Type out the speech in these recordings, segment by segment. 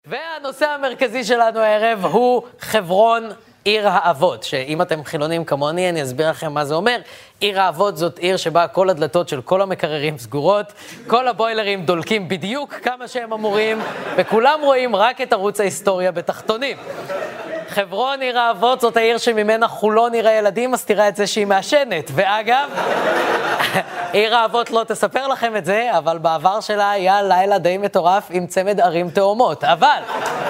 והנושא המרכזי שלנו הערב הוא חברון, עיר האבות, שאם אתם חילונים כמוני, אני אסביר לכם מה זה אומר. עיר האבות זאת עיר שבה כל הדלתות של כל המקררים סגורות, כל הבוילרים דולקים בדיוק כמה שהם אמורים, וכולם רואים רק את ערוץ ההיסטוריה בתחתונים. חברון, עיר האבות, זאת העיר שממנה חולון עיר הילדים, אז תראה את זה שהיא מעשנת. ואגב, עיר האבות לא תספר לכם את זה, אבל בעבר שלה היה לילה די מטורף עם צמד ערים תאומות. אבל,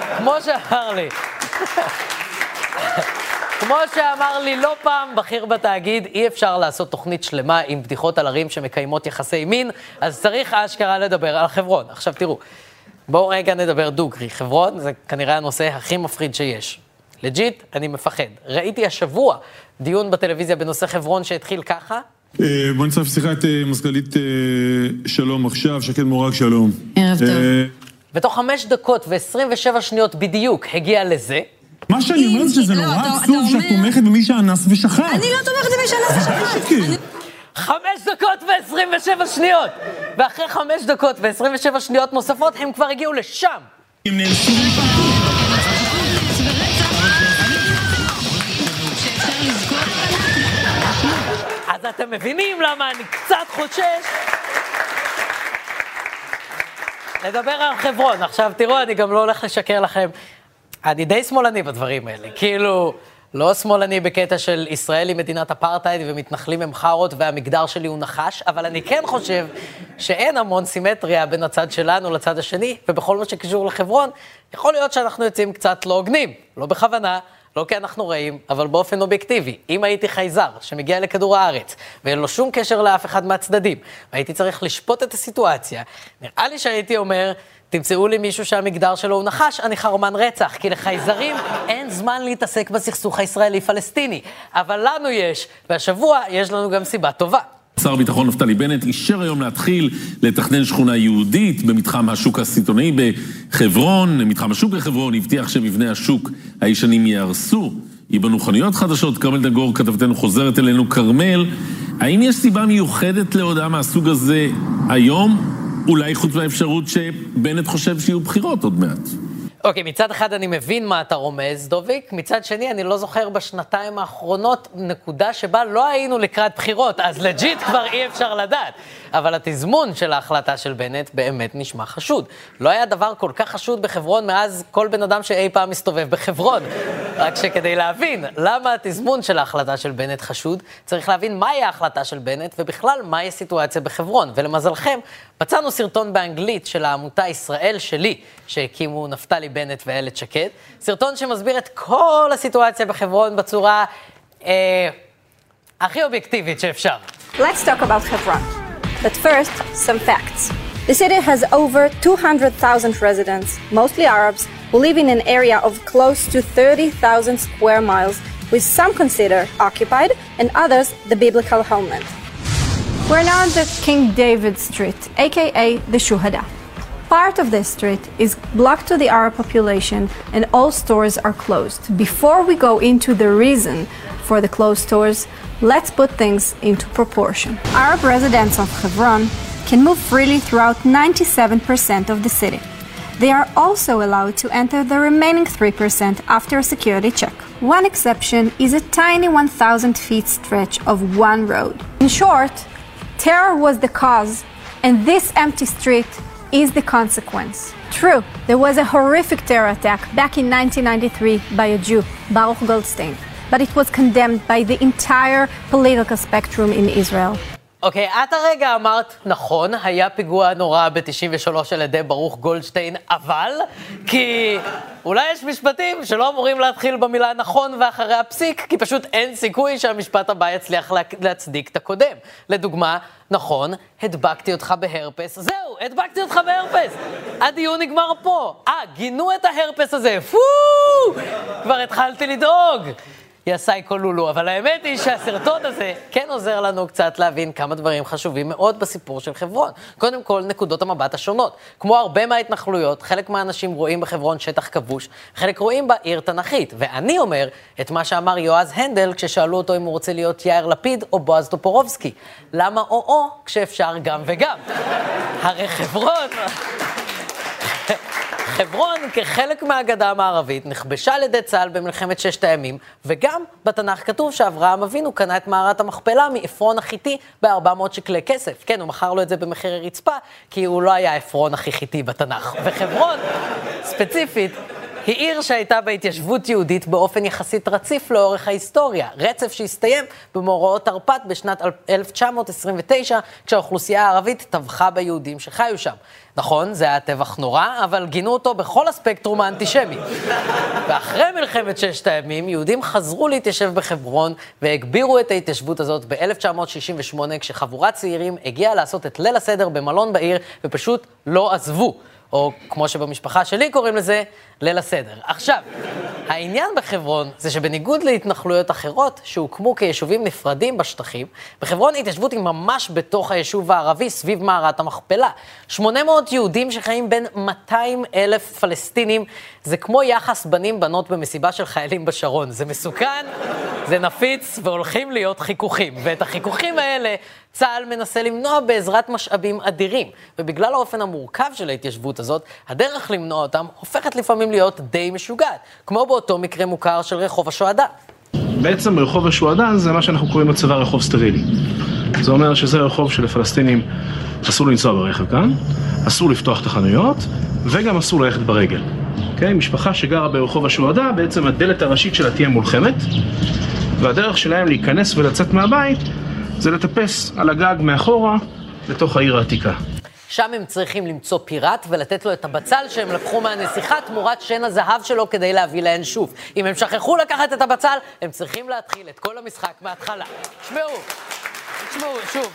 כמו שאמר לי לא פעם בכיר בתאגיד, אי אפשר לעשות תוכנית שלמה עם בדיחות על ערים שמקיימות יחסי מין, אז צריך אשכרה לדבר על חברון. עכשיו תראו, בואו רגע נדבר דוגרי. חברון זה כנראה הנושא הכי מפחיד שיש. לג'יט, אני מפחד. ראיתי השבוע דיון בטלוויזיה בנושא חברון שהתחיל ככה. בוא נצטרף שיחה את מזכ"לית שלום עכשיו, שקד מורג שלום. ערב טוב. ותוך 5 דקות ו27 שניות בדיוק הגיע לזה. מה שאני אומר שזה נורא עצוב שאת תומכת במי שאנס ושחט. אני לא תומכת במי שאנס ושחט. 5 דקות ו27 שניות. ואחרי 5 דקות ו27 שניות נוספות הם כבר הגיעו לשם. הם נאנסו אז אתם מבינים למה אני קצת חושש לדבר על חברון. עכשיו תראו, אני גם לא הולך לשקר לכם, אני די שמאלני בדברים האלה, כאילו לא שמאלני בקטע של ישראל היא מדינת אפרטהייד ומתנחלים הם חארות והמגדר שלי הוא נחש, אבל אני כן חושב שאין המון סימטריה בין הצד שלנו לצד השני, ובכל מה שקשור לחברון יכול להיות שאנחנו יוצאים קצת לא הוגנים, לא בכוונה, לא כי אנחנו רעים, אבל באופן אובייקטיבי. אם הייתי חייזר שמגיע לכדור הארץ, ואין לו שום קשר לאף אחד מהצדדים, והייתי צריך לשפוט את הסיטואציה, נראה לי שהייתי אומר, תמצאו לי מישהו שהמגדר שלו הוא נחש, אני חרמן רצח, כי לחייזרים אין זמן להתעסק בסכסוך הישראלי-פלסטיני. אבל לנו יש, והשבוע יש לנו גם סיבה טובה. שר הביטחון נפתלי בנט אישר היום להתחיל לתכנן שכונה יהודית במתחם השוק הסיטונאי בחברון. מתחם השוק בחברון הבטיח שמבני השוק הישנים יהרסו. ייבנו חנויות חדשות. כרמל דגור, כתבתנו, חוזרת אלינו. כרמל, האם יש סיבה מיוחדת להודעה מהסוג הזה היום? אולי חוץ מהאפשרות שבנט חושב שיהיו בחירות עוד מעט. אוקיי, מצד אחד אני מבין מה אתה רומז, דוביק. מצד שני, אני לא זוכר בשנתיים האחרונות נקודה שבה לא היינו לקראת בחירות, אז לג'יט כבר אי אפשר לדעת. אבל התזמון של ההחלטה של בנט באמת נשמע חשוד. לא היה דבר כל כך חשוד בחברון מאז כל בן אדם שאי פעם מסתובב בחברון. רק שכדי להבין למה התזמון של ההחלטה של בנט חשוד, צריך להבין מהי ההחלטה של בנט ובכלל מהי הסיטואציה בחברון. ולמזלכם, מצאנו סרטון באנגלית של העמותה ישראל שלי, שהקימו נפתלי בנט ואילת שקד. סרטון שמסביר את כל הסיטואציה בחברון בצורה הכי אובייקטיבית שאפשר. Let's talk about Hebron. But first, some facts. The city has over 200,000 residents, mostly Arabs, who live in an area of close to 30,000 square miles, with some considered occupied and others the biblical homeland. We're now on the King David Street, aka the Shuhada. Part of this street is blocked to the Arab population and all stores are closed. Before we go into the reason for the closed stores, let's put things into proportion. Arab residents of Hebron can move freely throughout 97% of the city. They are also allowed to enter the remaining 3% after a security check. One exception is a tiny 1,000 feet stretch of one road. In short, terror was the cause, and this empty street is the consequence. True, there was a horrific terror attack back in 1993 by a Jew, Baruch Goldstein, but it was condemned by the entire political spectrum in Israel. אוקיי, את הרגע אמרת, נכון, היה פיגוע נורא ב-93 על ידי ברוך גולדשטיין, אבל כי אולי יש משפטים שלא אמורים להתחיל במילה נכון ואחרי הפסיק, כי פשוט אין סיכוי שהמשפט הבא יצליח להצדיק את הקודם. לדוגמה, נכון, הדבקתי אותך בהרפס, זהו, הדבקתי אותך בהרפס. הדיון נגמר פה. גינו את ההרפס הזה, כבר התחלתי לדאוג. יא סייקו לולו, אבל האמת היא שהסרטון הזה כן עוזר לנו קצת להבין כמה דברים חשובים מאוד בסיפור של חברון. קודם כל, נקודות המבט השונות. כמו הרבה מההתנחלויות, חלק מהאנשים רואים בחברון שטח כבוש, חלק רואים בה עיר תנכית. ואני אומר את מה שאמר יועז הנדל כששאלו אותו אם הוא רוצה להיות יאיר לפיד או בועז טופורובסקי. למה כשאפשר גם וגם? הרי חברון, כחלק מהגדה המערבית, נכבשה על ידי צה"ל במלחמת ששת הימים, וגם בתנ"ך כתוב שאברהם אבינו קנה את מערת המכפלה מעפרון החיתי ב-400 שקלי כסף. כן, הוא מכר לו את זה במחירי רצפה, כי הוא לא היה עפרון הכי חיתי בתנ"ך. וחברון, ספציפית, היא עיר שהייתה בהתיישבות יהודית באופן יחסית רציף לאורך ההיסטוריה. רצף שהסתיים במאורעות תרפ"ט בשנת 1929, כשהאוכלוסייה הערבית טבחה ביהודים שחיו שם. נכון, זה היה טבח נורא, אבל גינו אותו בכל הספקטרום האנטישמי. ואחרי מלחמת ששת הימים, יהודים חזרו להתיישב בחברון, והגבירו את ההתיישבות הזאת ב-1968, כשחבורת צעירים הגיעה לעשות את ליל הסדר במלון בעיר, ופשוט לא עזבו. או כמו שבמשפחה שלי קוראים לזה, ליל הסדר. עכשיו, העניין בחברון זה שבניגוד להתנחלויות אחרות שהוקמו כיישובים נפרדים בשטחים, בחברון התיישבות היא ממש בתוך היישוב הערבי סביב מערת המכפלה. 800 יהודים שחיים בין 200,000 פלסטינים, זה כמו יחס בנים-בנות במסיבה של חיילים בשרון. זה מסוכן, זה נפיץ והולכים להיות חיכוכים. ואת החיכוכים האלה צה"ל מנסה למנוע בעזרת משאבים אדירים. ובגלל האופן המורכב של ההתיישבות הזאת, הדרך למנוע אותם הופכת לפעמים להיות די משוגעת, כמו באותו מקרה מוכר של רחוב השוהדא. בעצם רחוב השוהדא זה מה שאנחנו קוראים בצבא רחוב סטרילי. זה אומר שזה רחוב שלפלסטינים אסור לנסוע ברכב כאן, אסור לפתוח את החנויות, וגם אסור ללכת ברגל. אוקיי? משפחה שגרה ברחוב השוהדא, בעצם הדלת הראשית שלה תהיה מולחמת, והדרך שלהם להיכנס ולצאת מהבית זה לטפס על הגג מאחורה לתוך העיר העתיקה. שם הם צריכים למצוא פיראט ולתת לו את הבצל שהם לקחו מהנסיכה תמורת שן הזהב שלו כדי להביא להן שוב. אם הם שכחו לקחת את הבצל, הם צריכים להתחיל את כל המשחק מההתחלה. תשמעו, שוב.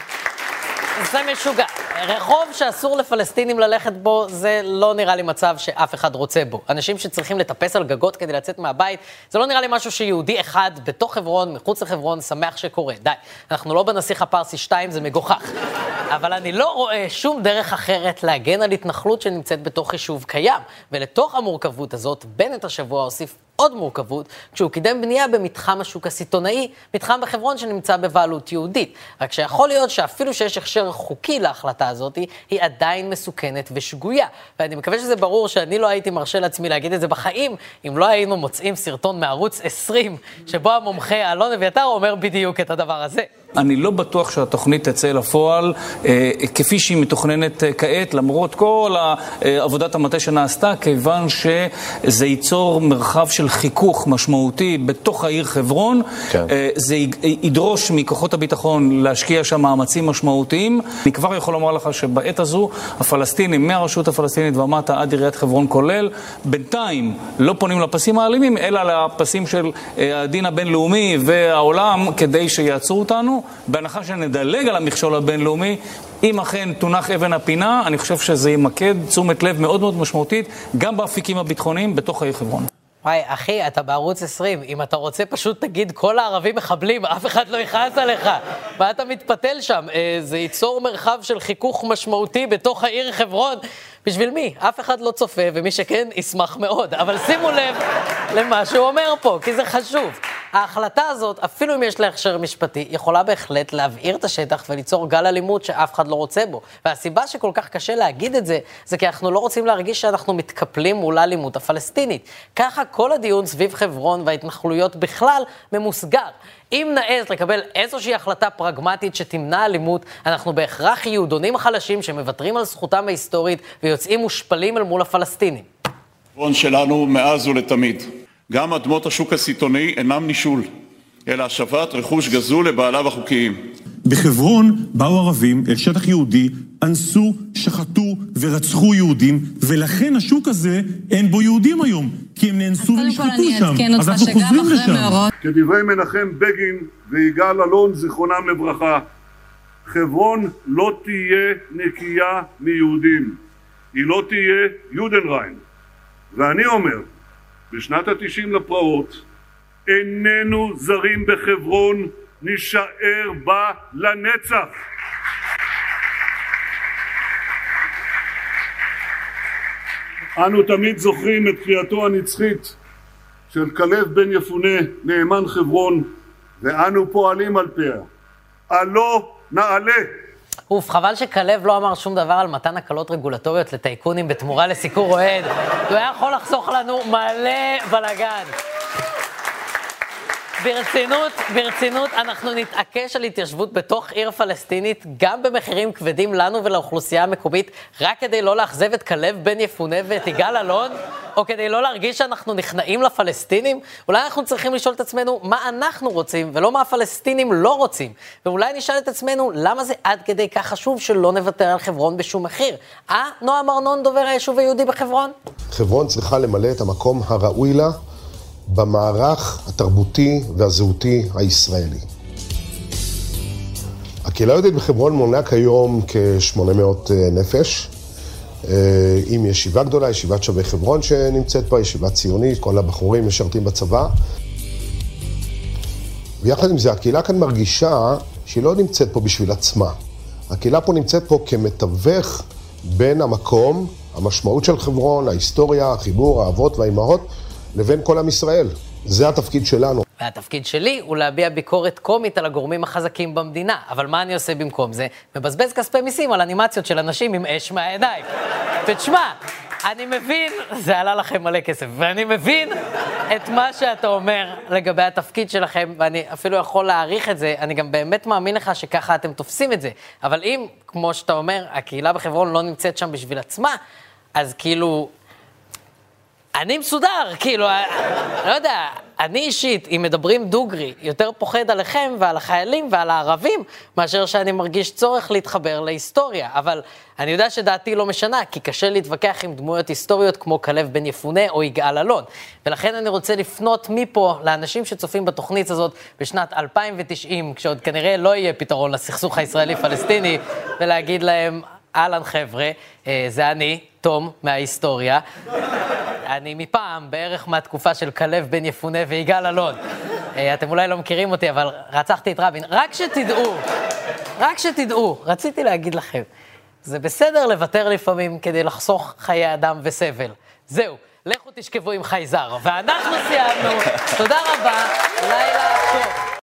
זה משוגע. רחוב שאסור לפלסטינים ללכת בו, זה לא נראה לי מצב שאף אחד רוצה בו. אנשים שצריכים לטפס על גגות כדי לצאת מהבית, זה לא נראה לי משהו שיהודי אחד בתוך חברון, מחוץ לחברון, שמח שקורה. די, אנחנו לא בנסיך הפרסי 2, זה מגוחך. אבל אני לא רואה שום דרך אחרת להגן על התנחלות שנמצאת בתוך יישוב קיים. ולתוך המורכבות הזאת, בנט השבוע הוסיף עוד מורכבות, כשהוא קידם בנייה במתחם השוק הסיטונאי, מתחם בחברון שנמצא בבעלות יהודית. רק שיכול להיות שאפילו שיש הכשר חוקי להחלטה הזאת, היא עדיין מסוכנת ושגויה. ואני מקווה שזה ברור שאני לא הייתי מרשה לעצמי להגיד את זה בחיים, אם לא היינו מוצאים סרטון מערוץ 20, שבו המומחה אלון אביתר אומר בדיוק את הדבר הזה. אני לא בטוח שהתוכנית תצא לפועל כפי שהיא מתוכננת כעת, למרות כל עבודת המטה שנעשתה, כיוון שזה ייצור מרחב של חיכוך משמעותי בתוך העיר חברון. כן. זה ידרוש מכוחות הביטחון להשקיע שם מאמצים משמעותיים. אני כבר יכול לומר לך שבעת הזו הפלסטינים, מהרשות הפלסטינית ומטה עד עיריית חברון כולל, בינתיים לא פונים לפסים האלימים, אלא לפסים של הדין הבינלאומי והעולם כדי שיעצרו אותנו. בהנחה שנדלג על המכשול הבינלאומי, אם אכן תונח אבן הפינה, אני חושב שזה ימקד תשומת לב מאוד מאוד משמעותית, גם באפיקים הביטחוניים בתוך העיר חברון. וואי, אחי, אתה בערוץ 20, אם אתה רוצה פשוט תגיד כל הערבים מחבלים, אף אחד לא יכעס עליך. ואתה מתפתל שם, זה ייצור מרחב של חיכוך משמעותי בתוך העיר חברון. בשביל מי? אף אחד לא צופה, ומי שכן ישמח מאוד. אבל שימו לב למה שהוא אומר פה, כי זה חשוב. ההחלטה הזאת, אפילו אם יש לה הכשר משפטי, יכולה בהחלט להבעיר את השטח וליצור גל אלימות שאף אחד לא רוצה בו. והסיבה שכל כך קשה להגיד את זה, זה כי אנחנו לא רוצים להרגיש שאנחנו מתקפלים מול האלימות הפלסטינית. ככה כל הדיון סביב חברון וההתנחלויות בכלל ממוסגר. אם נעז לקבל איזושהי החלטה פרגמטית שתמנע אלימות, אנחנו בהכרח יהודונים חלשים שמוותרים על זכותם ההיסטורית ויוצאים מושפלים אל מול הפלסטינים. חברון שלנו מאז ולתמיד. גם אדמות השוק הסיטוני אינם נישול, אלא השבת רכוש גזול לבעליו החוקיים. בחברון באו ערבים אל שטח יהודי, אנסו, שחטו ורצחו יהודים, ולכן השוק הזה אין בו יהודים היום, כי הם נאנסו ונשחטו שם. אז אנחנו חוזרים לשם. כדברי מנחם בגין ויגאל אלון זיכרונם לברכה, חברון לא תהיה נקייה מיהודים, היא לא תהיה יודנריין. ואני אומר, בשנת ה-90 לפרעות, איננו זרים בחברון, נשאר בה לנצח. אנו תמיד זוכרים את קריאתו הנצחית של כלב בן יפונה, נאמן חברון, ואנו פועלים על פיה. עלו נעלה. אוף, חבל שכלב לא אמר שום דבר על מתן הקלות רגולטוריות לטייקונים בתמורה לסיקור אוהד. הוא היה יכול לחסוך לנו מלא בלגן. ברצינות, אנחנו נתעקש על התיישבות בתוך עיר פלסטינית, גם במחירים כבדים לנו ולאוכלוסייה המקומית, רק כדי לא לאכזב את כלב בן יפונה ואת יגאל אלון, או כדי לא להרגיש שאנחנו נכנעים לפלסטינים. אולי אנחנו צריכים לשאול את עצמנו מה אנחנו רוצים, ולא מה הפלסטינים לא רוצים. ואולי נשאל את עצמנו למה זה עד כדי כך חשוב שלא נוותר על חברון בשום מחיר. נועם ארנון, דובר היישוב היהודי בחברון? חברון צריכה למלא את המקום הראוי לה, במערך התרבותי והזהותי הישראלי. הקהילה היהודית בחברון מונה כיום כ-800 נפש, עם ישיבה גדולה, ישיבת שבי חברון שנמצאת פה, ישיבה ציונית, כל הבחורים משרתים בצבא. ויחד עם זה, הקהילה כאן מרגישה שהיא לא נמצאת פה בשביל עצמה. הקהילה פה נמצאת פה כמתווך בין המקום, המשמעות של חברון, ההיסטוריה, החיבור, האבות והאימהות, לבין כל עם ישראל. זה התפקיד שלנו. והתפקיד שלי הוא להביע ביקורת קומית על הגורמים החזקים במדינה. אבל מה אני עושה במקום זה? מבזבז כספי מיסים על אנימציות של אנשים עם אש מהעיניים. ותשמע, אני מבין, זה עלה לכם מלא כסף, ואני מבין את מה שאתה אומר לגבי התפקיד שלכם, ואני אפילו יכול להעריך את זה, אני גם באמת מאמין לך שככה אתם תופסים את זה. אבל אם, כמו שאתה אומר, הקהילה בחברון לא נמצאת שם בשביל עצמה, אז כאילו... אני מסודר, כאילו, לא יודע, אני אישית, אם מדברים דוגרי, יותר פוחד עליכם ועל החיילים ועל הערבים, מאשר שאני מרגיש צורך להתחבר להיסטוריה. אבל אני יודע שדעתי לא משנה, כי קשה להתווכח עם דמויות היסטוריות כמו כלב בן יפונה או יגאל אלון. ולכן אני רוצה לפנות מפה לאנשים שצופים בתוכנית הזאת בשנת 2090, כשעוד כנראה לא יהיה פתרון לסכסוך הישראלי-פלסטיני, ולהגיד להם, אהלן חבר'ה, זה אני, תום מההיסטוריה. אני מפעם, בערך מהתקופה של כלב בן יפונה ויגאל אלון. אתם אולי לא מכירים אותי, אבל רצחתי את רבין. רק שתדעו, רציתי להגיד לכם, זה בסדר לוותר לפעמים כדי לחסוך חיי אדם וסבל. זהו, לכו תשכבו עם חייזר, ואנחנו סיימנו. תודה רבה, לילה טוב.